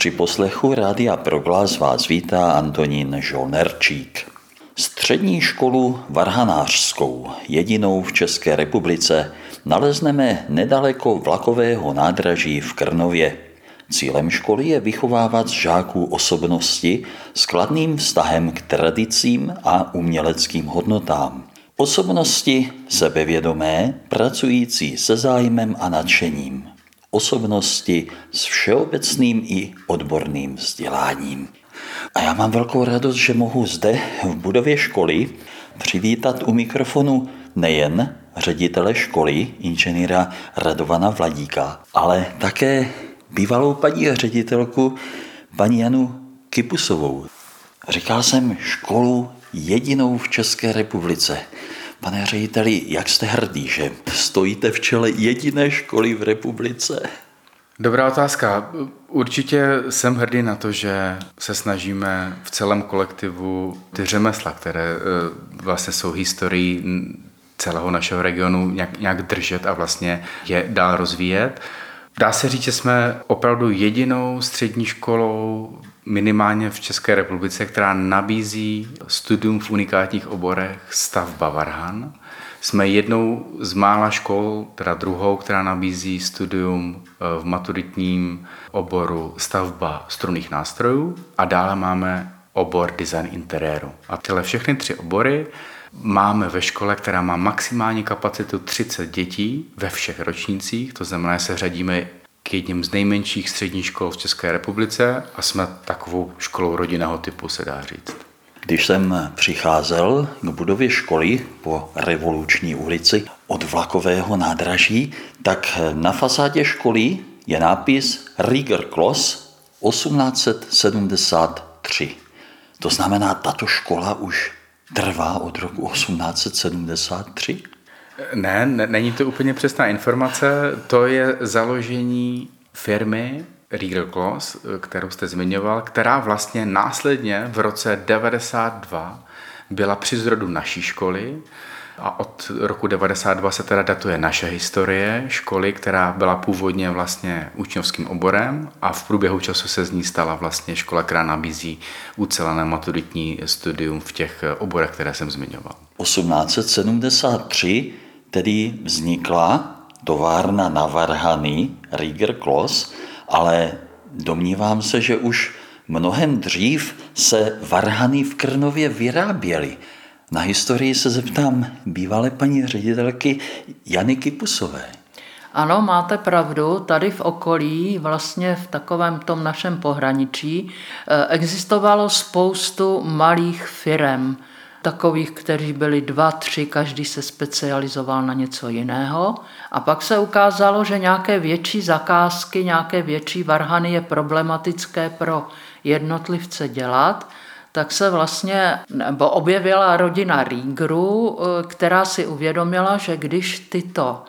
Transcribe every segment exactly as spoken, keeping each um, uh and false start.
Při poslechu Rádia Proglas vás vítá Antonín Žolnerčík. Střední školu varhanářskou, jedinou v České republice, nalezneme nedaleko vlakového nádraží v Krnově. Cílem školy je vychovávat z žáků osobnosti s kladným vztahem k tradicím a uměleckým hodnotám. Osobnosti sebevědomé, pracující se zájmem a nadšením. Osobnosti s všeobecným i odborným vzděláním. A já mám velkou radost, že mohu zde v budově školy přivítat u mikrofonu nejen ředitele školy, inženýra Radovana Vladíka, ale také bývalou paní ředitelku, paní Janu Kypusovou. Říkal jsem školu jedinou v České republice. Pane řediteli, jak jste hrdý, že stojíte v čele jediné školy v republice? Dobrá otázka. Určitě jsem hrdý na to, že se snažíme v celém kolektivu ty řemesla, které vlastně jsou historií celého našeho regionu, nějak, nějak držet a vlastně je dál rozvíjet. Dá se říct, že jsme opravdu jedinou střední školou minimálně v České republice, která nabízí studium v unikátních oborech stavba varhan. Jsme jednou z mála škol, teda druhou, která nabízí studium v maturitním oboru stavba strunných nástrojů a dále máme obor design interiéru. A tyhle všechny tři obory máme ve škole, která má maximální kapacitu třicet dětí ve všech ročnících, to znamená, že se řadíme k jedním z nejmenších středních škol v České republice a jsme takovou školou rodinného typu, se dá říct. Když jsem přicházel k budově školy po Revoluční ulici od vlakového nádraží, tak na fasádě školy je nápis Rieger Kloss osmnáct sedmdesát tři. To znamená, tato škola už trvá od roku osmnáct sedmdesát tři? Ne, ne, není to úplně přesná informace. To je založení firmy Rieger Kloss, kterou jste zmiňoval, která vlastně následně v roce devadesát dva byla při zrodu naší školy a od roku devadesát dva se teda datuje naše historie školy, která byla původně vlastně učňovským oborem a v průběhu času se z ní stala vlastně škola, která nabízí ucelené maturitní studium v těch oborech, které jsem zmiňoval. osmnáct sedmdesát tři tedy vznikla továrna na varhany Rieger Kloss, ale domnívám se, že už mnohem dřív se varhany v Krnově vyráběly. Na historii se zeptám bývalé paní ředitelky Jany Kypusové. Ano, máte pravdu, tady v okolí, vlastně v takovém tom našem pohraničí, existovalo spoustu malých firem, takových, kteří byli dva, tři, každý se specializoval na něco jiného. A pak se ukázalo, že nějaké větší zakázky, nějaké větší varhany je problematické pro jednotlivce dělat, tak se vlastně nebo objevila rodina Riegerů, která si uvědomila, že když tyto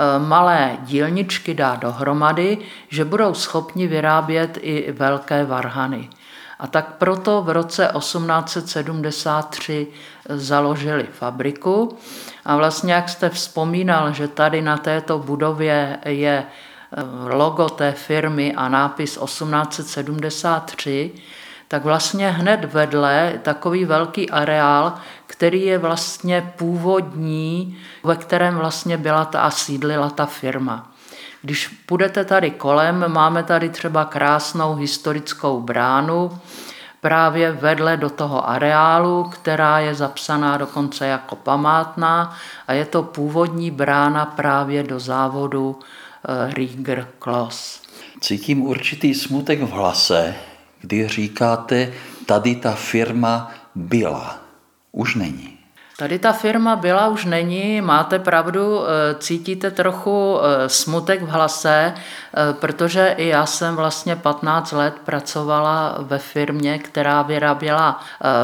malé dílničky dá dohromady, že budou schopni vyrábět i velké varhany. A tak proto v roce osmnáct sedmdesát tři založili fabriku. A vlastně, jak jste vzpomínal, že tady na této budově je logo té firmy a nápis osmnáct sedmdesát tři, tak vlastně hned vedle takový velký areál, který je vlastně původní, ve kterém vlastně byla ta a sídlila ta firma. Když půjdete tady kolem, máme tady třeba krásnou historickou bránu právě vedle do toho areálu, která je zapsaná dokonce jako památná a je to původní brána právě do závodu Rieger Kloss. Cítím určitý smutek v hlase, kdy říkáte, tady ta firma byla. Už není. Tady ta firma byla, už není, máte pravdu, cítíte trochu smutek v hlase, protože i já jsem vlastně patnáct let pracovala ve firmě, která vyráběla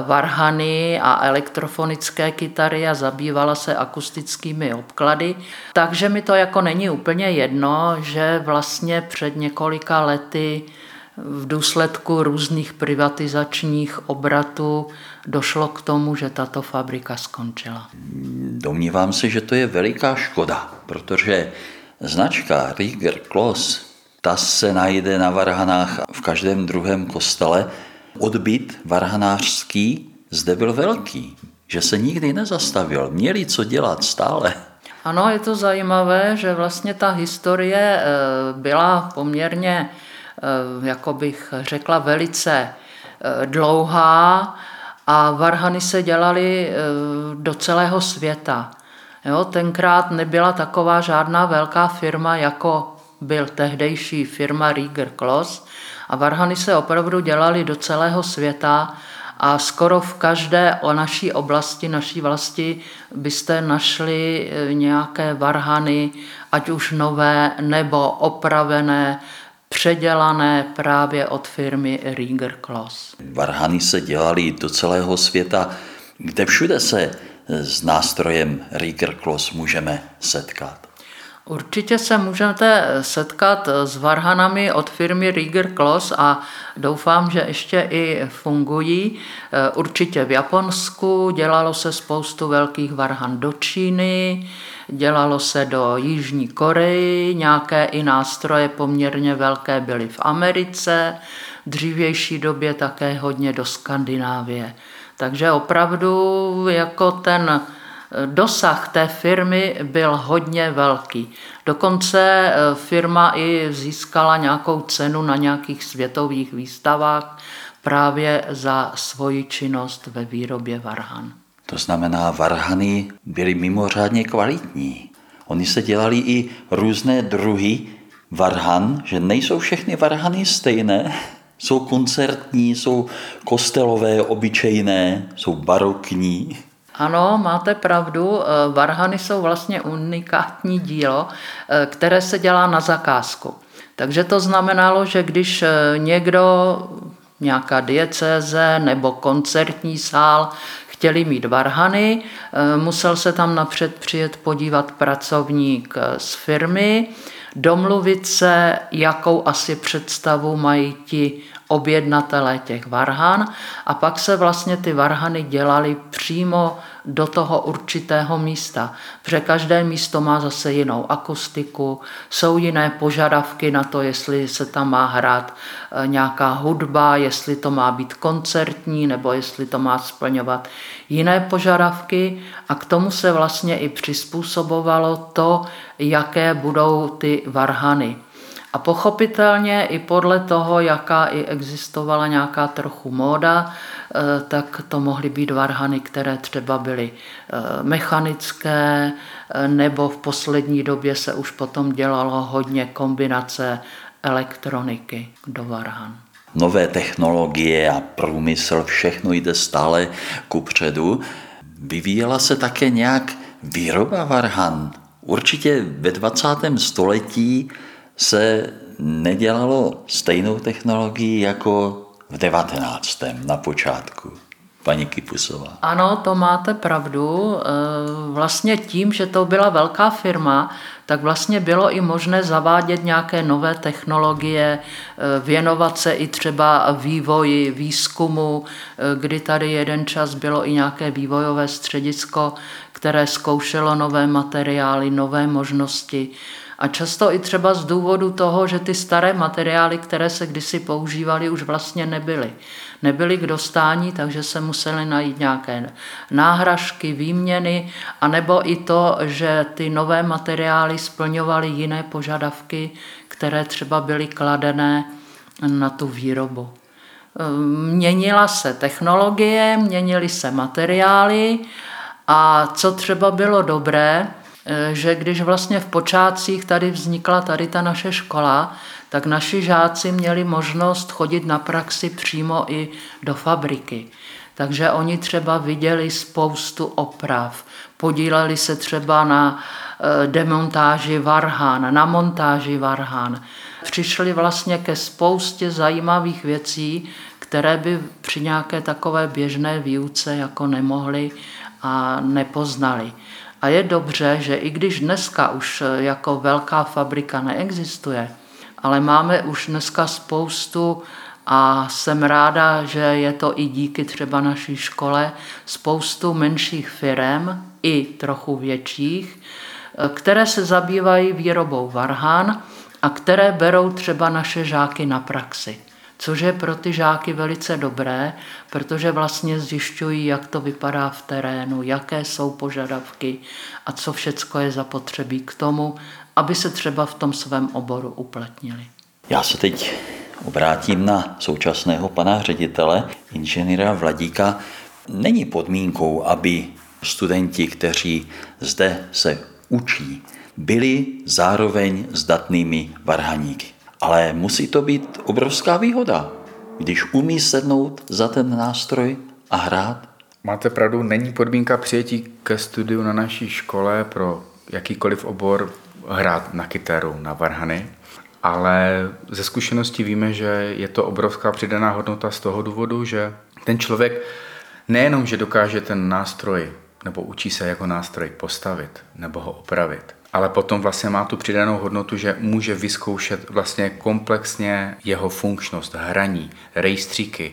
varhany a elektrofonické kytary a zabývala se akustickými obklady. Takže mi to jako není úplně jedno, že vlastně před několika lety v důsledku různých privatizačních obratů došlo k tomu, že tato fabrika skončila. Domnívám se, že to je veliká škoda, protože značka Rieger Kloss Ta se najde na varhanách v každém druhém kostele. Odbyt varhanářský zde byl velký, že se nikdy nezastavil. Měli co dělat stále. Ano, je to zajímavé, že vlastně ta historie byla poměrně, jako bych řekla, velice dlouhá a varhany se dělaly do celého světa. Jo, tenkrát nebyla taková žádná velká firma, jako byl tehdejší firma Rieger Kloss, a varhany se opravdu dělaly do celého světa a skoro v každé o naší oblasti, naší vlasti byste našli nějaké varhany, ať už nové nebo opravené, předělané právě od firmy Rieger Kloss. Varhany se dělaly do celého světa. Kde všude se s nástrojem Rieger Kloss můžeme setkat? Určitě se můžete setkat s varhanami od firmy Rieger Kloss a doufám, že ještě i fungují. Určitě v Japonsku dělalo se spoustu velkých varhan do Číny, dělalo se do Jižní Koreji, nějaké i nástroje poměrně velké byly v Americe, v dřívější době také hodně do Skandinávie. Takže opravdu jako ten dosah té firmy byl hodně velký. Dokonce firma i získala nějakou cenu na nějakých světových výstavách právě za svoji činnost ve výrobě varhan. To znamená, varhany byly mimořádně kvalitní. Oni se dělali i různé druhy varhan, že nejsou všechny varhany stejné. Jsou koncertní, jsou kostelové, obyčejné, jsou barokní. Ano, máte pravdu, varhany jsou vlastně unikátní dílo, které se dělá na zakázku. Takže to znamenalo, že když někdo, nějaká diecéze nebo koncertní sál chtěli mít varhany, musel se tam napřed přijet podívat pracovník z firmy, domluvit se, jakou asi představu mají ti objednatelé těch varhan, a pak se vlastně ty varhany dělaly přímo do toho určitého místa, protože každé místo má zase jinou akustiku, jsou jiné požadavky na to, jestli se tam má hrát nějaká hudba, jestli to má být koncertní, nebo jestli to má splňovat jiné požadavky, a k tomu se vlastně i přizpůsobovalo to, jaké budou ty varhany. A pochopitelně i podle toho, jaká i existovala nějaká trochu móda, tak to mohly být varhany, které třeba byly mechanické, nebo v poslední době se už potom dělalo hodně kombinace elektroniky do varhan. Nové technologie a průmysl, všechno jde stále kupředu. Vyvíjela se také nějak výroba varhan. Určitě ve dvacátém století se nedělalo stejnou technologií jako v devatenáctém na počátku. Paní Kypusová. Ano, to máte pravdu. Vlastně tím, že to byla velká firma, tak vlastně bylo i možné zavádět nějaké nové technologie, věnovat se i třeba vývoji, výzkumu, kdy tady jeden čas bylo i nějaké vývojové středisko, které zkoušelo nové materiály, nové možnosti. A často i třeba z důvodu toho, že ty staré materiály, které se kdysi používaly, už vlastně nebyly. Nebyly k dostání, takže se musely najít nějaké náhražky, výměny, anebo i to, že ty nové materiály splňovaly jiné požadavky, které třeba byly kladené na tu výrobu. Měnila se technologie, měnily se materiály, a co třeba bylo dobré, že když vlastně v počátcích tady vznikla tady ta naše škola, tak naši žáci měli možnost chodit na praxi přímo i do fabriky. Takže oni třeba viděli spoustu oprav, podíleli se třeba na demontáži varhan, na montáži varhan. Přišli vlastně ke spoustě zajímavých věcí, které by při nějaké takové běžné výuce jako nemohli a nepoznali. A je dobře, že i když dneska už jako velká fabrika neexistuje, ale máme už dneska spoustu, a jsem ráda, že je to i díky třeba naší škole, spoustu menších firem, i trochu větších, které se zabývají výrobou varhan a které berou třeba naše žáky na praxi. Což je pro ty žáky velice dobré, protože vlastně zjišťují, jak to vypadá v terénu, jaké jsou požadavky a co všecko je zapotřebí k tomu, aby se třeba v tom svém oboru uplatnili. Já se teď obrátím na současného pana ředitele, inženýra Vladíka. Není podmínkou, aby studenti, kteří zde se učí, byli zároveň zdatnými varhaníky. Ale musí to být obrovská výhoda, když umí sednout za ten nástroj a hrát. Máte pravdu, není podmínka přijetí ke studiu na naší škole pro jakýkoliv obor hrát na kytaru, na varhany, ale ze zkušenosti víme, že je to obrovská přidaná hodnota z toho důvodu, že ten člověk nejenom, že dokáže ten nástroj nebo učí se jako nástroj postavit nebo ho opravit, ale potom vlastně má tu přidanou hodnotu, že může vyzkoušet vlastně komplexně jeho funkčnost, hraní, rejstříky,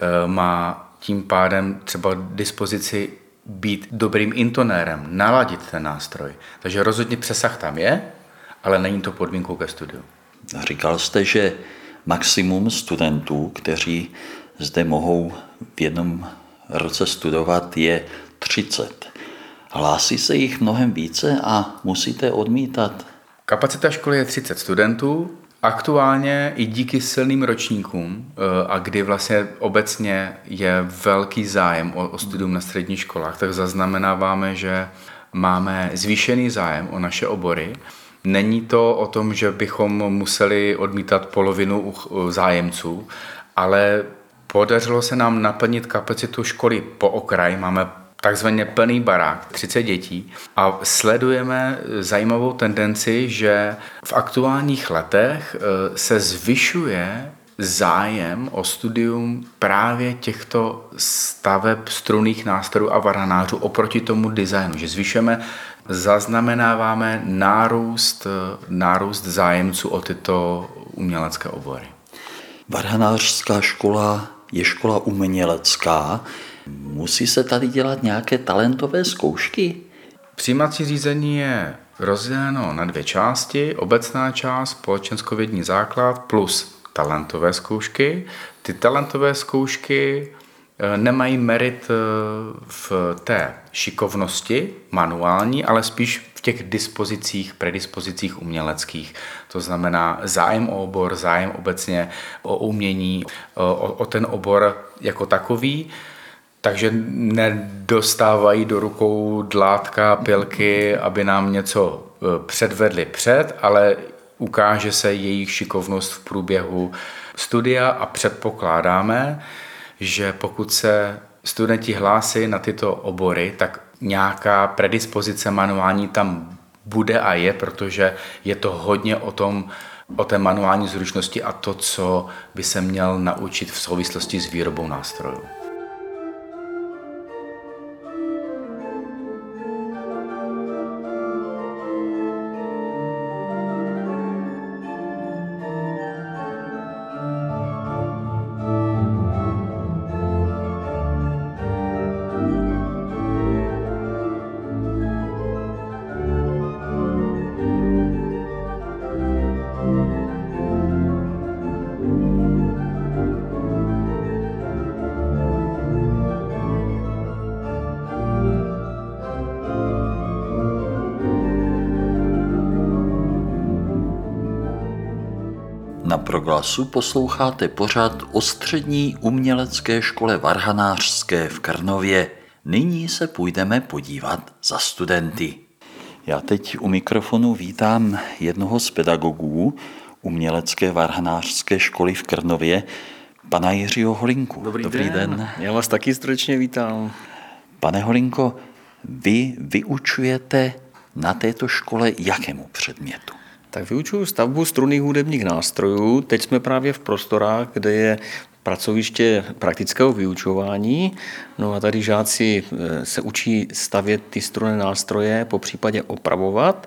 má tím pádem třeba dispozici být dobrým intonérem, naladit ten nástroj. Takže rozhodně přesah tam je, ale není to podmínkou ke studiu. Říkal jste, že maximum studentů, kteří zde mohou v jednom roce studovat, je třicet. Hlásí se jich mnohem více a musíte odmítat. Kapacita školy je třicet studentů. Aktuálně i díky silným ročníkům a kdy vlastně obecně je velký zájem o, o studium na středních školách, tak zaznamenáváme, že máme zvýšený zájem o naše obory. Není to o tom, že bychom museli odmítat polovinu zájemců, ale podařilo se nám naplnit kapacitu školy po okraj. Máme takzvaně plný barák, třicet dětí a sledujeme zajímavou tendenci, že v aktuálních letech se zvyšuje zájem o studium právě těchto staveb strunných nástrojů a varhanářů oproti tomu designu, že zvyšujeme, zaznamenáváme nárůst, nárůst zájemců o tyto umělecké obory. Varhanářská škola je škola umělecká. Musí se tady dělat nějaké talentové zkoušky? Přijímací řízení je rozděleno na dvě části. Obecná část, společenskovědní základ plus talentové zkoušky. Ty talentové zkoušky nemají merit v té šikovnosti manuální, ale spíš v těch dispozicích, predispozicích uměleckých. To znamená zájem o obor, zájem obecně o umění, o, o ten obor jako takový. Takže nedostávají do rukou dlátka, pilky, aby nám něco předvedli před, ale ukáže se jejich šikovnost v průběhu studia a předpokládáme, že pokud se studenti hlásí na tyto obory, tak nějaká predispozice manuální tam bude a je, protože je to hodně o tom, o té manuální zručnosti a to, co by se měl naučit v souvislosti s výrobou nástrojů. Na Proglasu posloucháte pořad o střední umělecké škole varhanářské v Krnově. Nyní se půjdeme podívat za studenty. Já teď u mikrofonu vítám jednoho z pedagogů umělecké varhanářské školy v Krnově, pana Jiřího Holinku. Dobrý, Dobrý den. den. Já vás taky srdečně vítám. Pane Holinko, vy vyučujete na této škole jakému předmětu? Tak vyučuju stavbu strunných hudebních nástrojů. Teď jsme právě v prostorách, kde je pracoviště praktického vyučování. No a tady žáci se učí stavět ty strunné nástroje, po případě opravovat.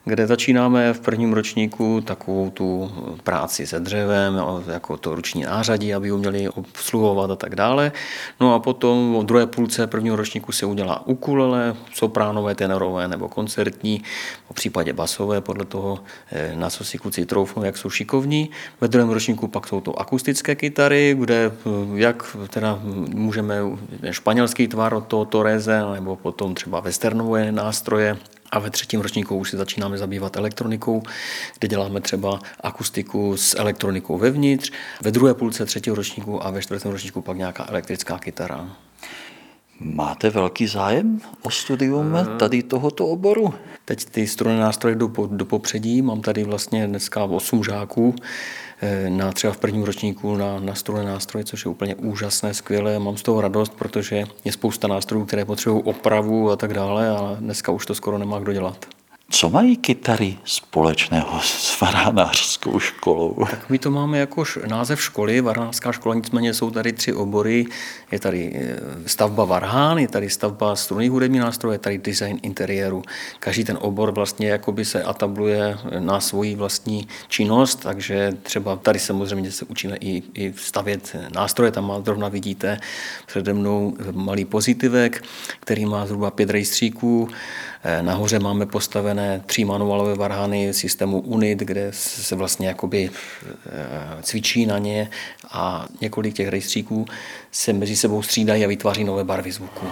kde začínáme v prvním ročníku takovou tu práci se dřevem, jako to ruční nářadí, aby uměli obsluhovat a tak dále. No a potom v druhé půlce prvního ročníku se udělá ukulele, sopránové, tenorové nebo koncertní, v případě basové, podle toho, na co si kluci troufnou, jak jsou šikovní. Ve druhém ročníku pak jsou to akustické kytary, kde jak teda můžeme španělský tvar od toho Torrese, nebo potom třeba westernové nástroje. A ve třetím ročníku už si začínáme zabývat elektronikou, kde děláme třeba akustiku s elektronikou vevnitř. Ve druhé půlce třetího ročníku a ve čtvrtém ročníku pak nějaká elektrická kytara. Máte velký zájem o studium tady tohoto oboru? Teď ty strunné nástroje jdou do, do popředí. Mám tady vlastně dneska osm žáků na třeba v prvním ročníku na, na strunné nástroje, což je úplně úžasné, skvělé. Mám z toho radost, protože je spousta nástrojů, které potřebují opravu a tak dále, ale dneska už to skoro nemá kdo dělat. Co mají kytary společného s varhanářskou školou? Tak my to máme jako název školy, varhanářská škola, nicméně jsou tady tři obory. Je tady stavba varhán, je tady stavba strunných hudebních nástrojů, je tady design interiéru. Každý ten obor vlastně jakoby se atabluje na svoji vlastní činnost, takže třeba tady samozřejmě se učíme i, i stavět nástroje, tam má, zrovna vidíte přede mnou malý pozitivek, který má zhruba pět rejstříků. Nahoře máme postavené tři manuálové varhany systému UNIT, kde se vlastně jakoby cvičí na ně a několik těch rejstříků se mezi sebou střídají a vytváří nové barvy zvuku.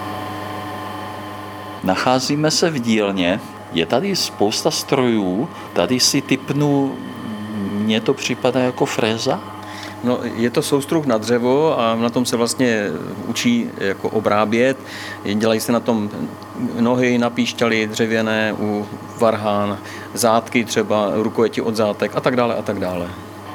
Nacházíme se v dílně, je tady spousta strojů, tady si tipnu, mně to připadá jako fréza. No, je to soustruh na dřevo a na tom se vlastně učí jako obrábět. Dělají se na tom nohy na píšťaly dřevěné u varhán, zátky třeba, rukojeti od zátek a tak dále a tak dále.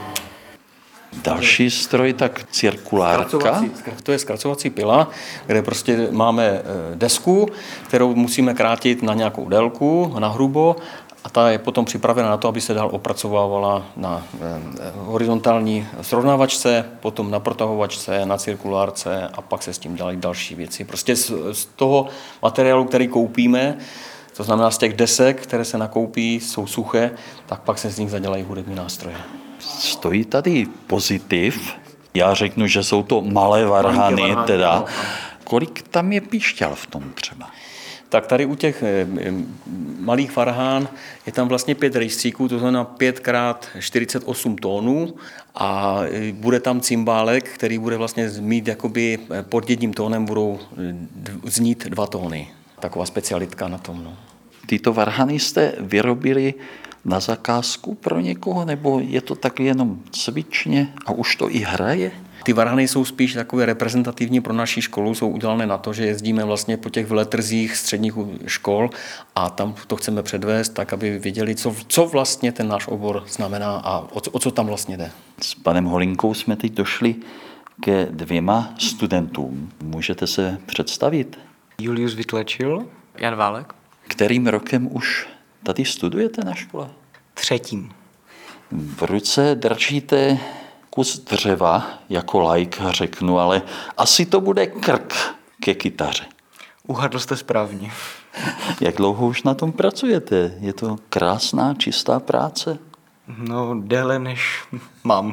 Další stroj, tak cirkulárka. To je zkracovací pila, kde prostě máme desku, kterou musíme krátit na nějakou délku, na hrubo, a ta je potom připravena na to, aby se dál opracovávala na horizontální srovnávačce, potom na protahovačce, na cirkulárce a pak se s tím dělají další věci. Prostě z, z toho materiálu, který koupíme, to znamená z těch desek, které se nakoupí, jsou suché, tak pak se z nich zadělají hudební nástroje. Stojí tady pozitiv. Já řeknu, že jsou to malé varhany, teda. Kolik tam je píšťal v tom třeba? Tak tady u těch malých varhán je tam vlastně pět rejstříků, to znamená pět krát čtyřicet osm tónů a bude tam cymbálek, který bude vlastně mít jakoby pod jedním tónem budou znít dva tóny. Taková specialitka na tom. No. Tyto varhany jste vyrobili na zakázku pro někoho, nebo je to tak jenom cvičně a už to i hraje? Ty varhany jsou spíš takové reprezentativní pro naši školu, jsou udělané na to, že jezdíme vlastně po těch veletrzích středních škol a tam to chceme předvést tak, aby věděli, co, co vlastně ten náš obor znamená a o, o co tam vlastně jde. S panem Holinkou jsme teď došli ke dvěma studentům. Můžete se představit? Julius Vytlečil, Jan Válek. Kterým rokem už tady studujete na škole? Třetím. V ruce držíte kus dřeva, jako laik řeknu, ale asi to bude krk ke kytaře. Uhadl jste správně. Jak dlouho už na tom pracujete? Je to krásná, čistá práce? No, déle než mám.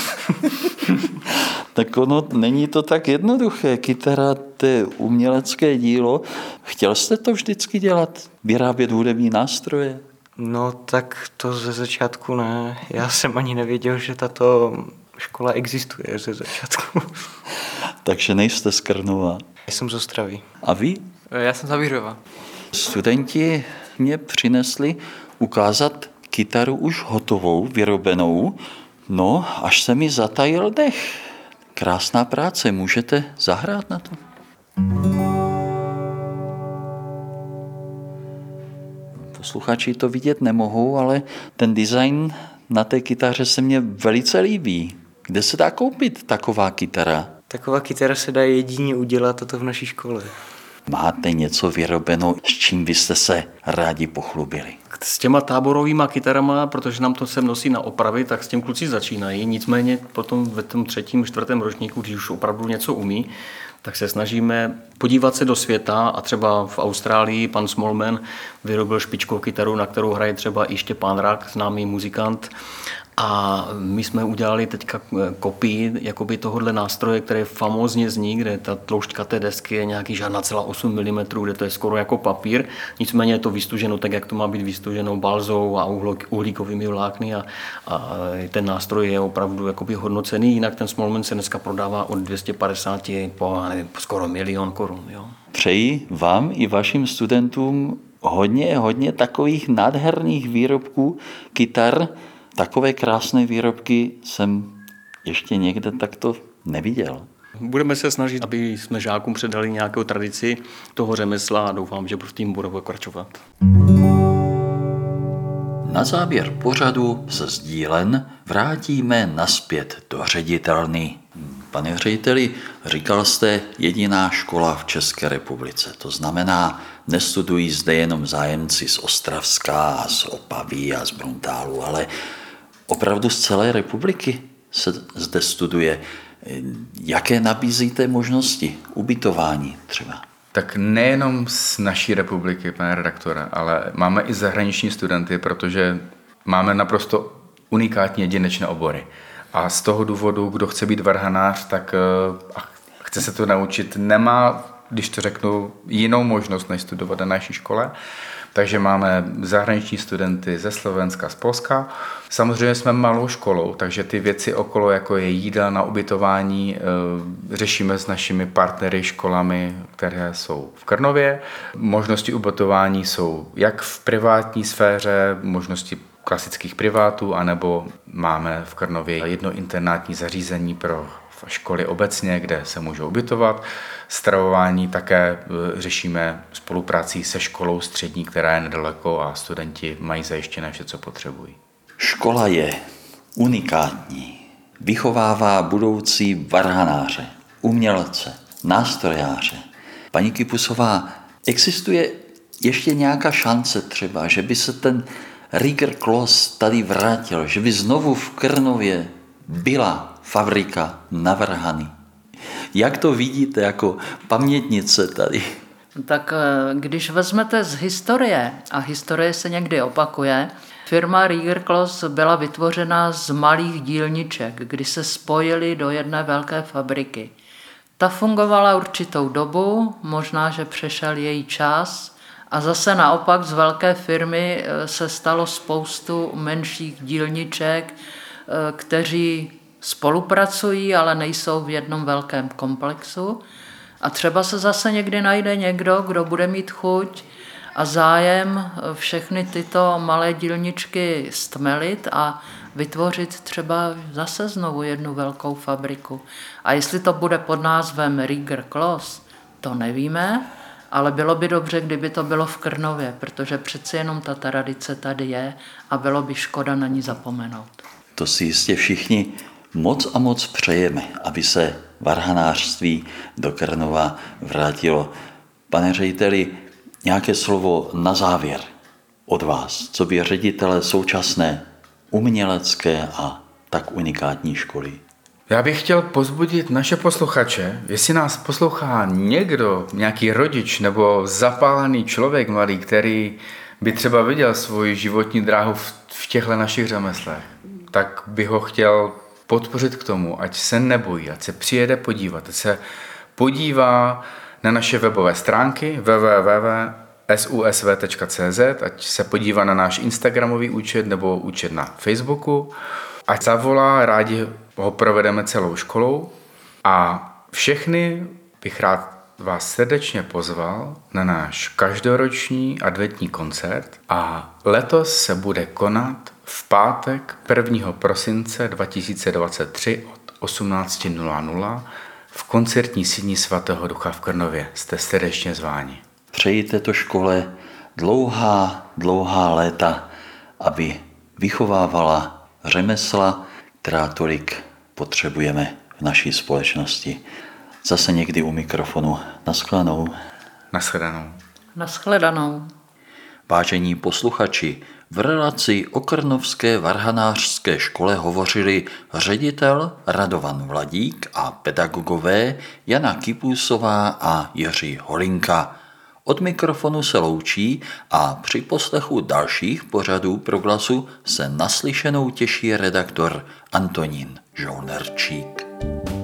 Tak ono, není to tak jednoduché. Kytara, to je umělecké dílo. Chtěl jste to vždycky dělat? Vyrábět hudební nástroje? No, tak to ze začátku ne. Já jsem ani nevěděl, že tato škola existuje ze začátku. Takže nejste z Krnova. Já jsem z Ostravy. A vy? Já jsem z Havířova. Studenti mě přinesli ukázat kytaru už hotovou, vyrobenou. No, až se mi zatajil dech. Krásná práce, můžete zahrát na to? Posluchači to vidět nemohou, ale ten design na té kytaře se mně velice líbí. Kde se dá koupit taková kytara? Taková kytara se dá jedině udělat, a to v naší škole. máte něco vyrobeno, s čím byste se rádi pochlubili? S těma táborovýma kytarama, protože nám to sem nosí na opravy, tak s tím kluci začínají. Nicméně potom ve tom třetím, čtvrtém ročníku, když už opravdu něco umí, tak se snažíme podívat se do světa a třeba v Austrálii pan Smallman vyrobil špičkovou kytaru, na kterou hraje třeba i Štěpán Rak, známý muzikant. A my jsme udělali teďka kopii jakoby tohohle nástroje, které famózně zní, kde ta tloušťka té desky je nějaký žádná celá osm milimetrů, kde to je skoro jako papír. Nicméně je to vystuženo tak, jak to má být vystuženo balzou a uhlíkovými vlákny a, a ten nástroj je opravdu jakoby hodnocený. Jinak ten Smallman se dneska prodává od dvě stě padesát po nevím, skoro milion korun. Jo. Přeji vám i vašim studentům hodně, hodně takových nádherných výrobků kytar. Takové krásné výrobky jsem ještě někde takto neviděl. Budeme se snažit, aby jsme žákům předali nějakou tradici toho řemesla a doufám, že v tím budou pokračovat. Na závěr pořadu se z dílen vrátíme nazpět do ředitelny. Pane řediteli, říkal jste jediná škola v České republice. To znamená, nestudují zde jenom zájemci z Ostravska, z Opavy a z Bruntálu, ale opravdu z celé republiky se zde studuje. Jaké nabízíte možnosti ubytování třeba? Tak nejenom z naší republiky, pane redaktore, ale máme i zahraniční studenty, protože máme naprosto unikátní jedinečné obory. A z toho důvodu, kdo chce být varhanář, tak a chce se to naučit, nemá, když to řeknu, jinou možnost, než studovat na naší škole. Takže máme zahraniční studenty ze Slovenska, z Polska. Samozřejmě jsme malou školou, takže ty věci okolo, jako je jídla na ubytování, řešíme s našimi partnery školami, které jsou v Krnově. Možnosti ubytování jsou jak v privátní sféře, možnosti klasických privátů, anebo máme v Krnově jedno internátní zařízení pro školy obecně, kde se můžou ubytovat. Stravování také řešíme spoluprací se školou střední, která je nedaleko a studenti mají zajištěné vše, co potřebují. Škola je unikátní. Vychovává budoucí varhanáře, umělce, nástrojáře. Paní Kypusová, existuje ještě nějaká šance třeba, že by se ten Rieger Kloss tady vrátil, že by znovu v Krnově byla fabrika na varhany? Jak to vidíte jako pamětnice tady? Tak když vezmete z historie, a historie se někdy opakuje, firma Rieger Kloss byla vytvořena z malých dílniček, kdy se spojily do jedné velké fabriky. Ta fungovala určitou dobu, možná, že přešel její čas, a zase naopak z velké firmy se stalo spoustu menších dílniček, kteří spolupracují, ale nejsou v jednom velkém komplexu. A třeba se zase někdy najde někdo, kdo bude mít chuť a zájem všechny tyto malé dílničky stmelit a vytvořit třeba zase znovu jednu velkou fabriku. A jestli to bude pod názvem Rieger Kloss, to nevíme, ale bylo by dobře, kdyby to bylo v Krnově, protože přeci jenom ta tradice tady je a bylo by škoda na ní zapomenout. To si jistě všichni moc a moc přejeme, aby se varhanářství do Krnova vrátilo. Pane řediteli, nějaké slovo na závěr od vás, co by ředitele současné umělecké a tak unikátní školy? Já bych chtěl pozbudit naše posluchače, jestli nás poslouchá někdo, nějaký rodič nebo zapálený člověk mladý, který by třeba viděl svoji životní dráhu v těchto našich řemeslech, tak bych ho chtěl podpořit k tomu, ať se nebojí, ať se přijede podívat, ať se podívá na naše webové stránky w w w tečka s u s v tečka c z, ať se podívá na náš instagramový účet nebo účet na Facebooku, ať zavolá, rádi ho provedeme celou školou a všechny bych rád vás srdečně pozval na náš každoroční adventní koncert a letos se bude konat v pátek prvního prosince dva tisíce dvacet tři od osmnáct nula nula v koncertní síni Svatého Ducha v Krnově. Jste srdečně zváni. Přeji této škole dlouhá, dlouhá léta, aby vychovávala řemesla, která tolik potřebujeme v naší společnosti. Zase někdy u mikrofonu. Naschledanou. Nashledanou. Nashledanou. Vážení posluchači, v relaci o Krnovské varhanářské škole hovořili ředitel Radovan Vladík a pedagogové Jana Kypůsová a Jiří Holinka. Od mikrofonu se loučí a při poslechu dalších pořadů Proglasu se naslyšenou těší redaktor Antonín Žolnerčík.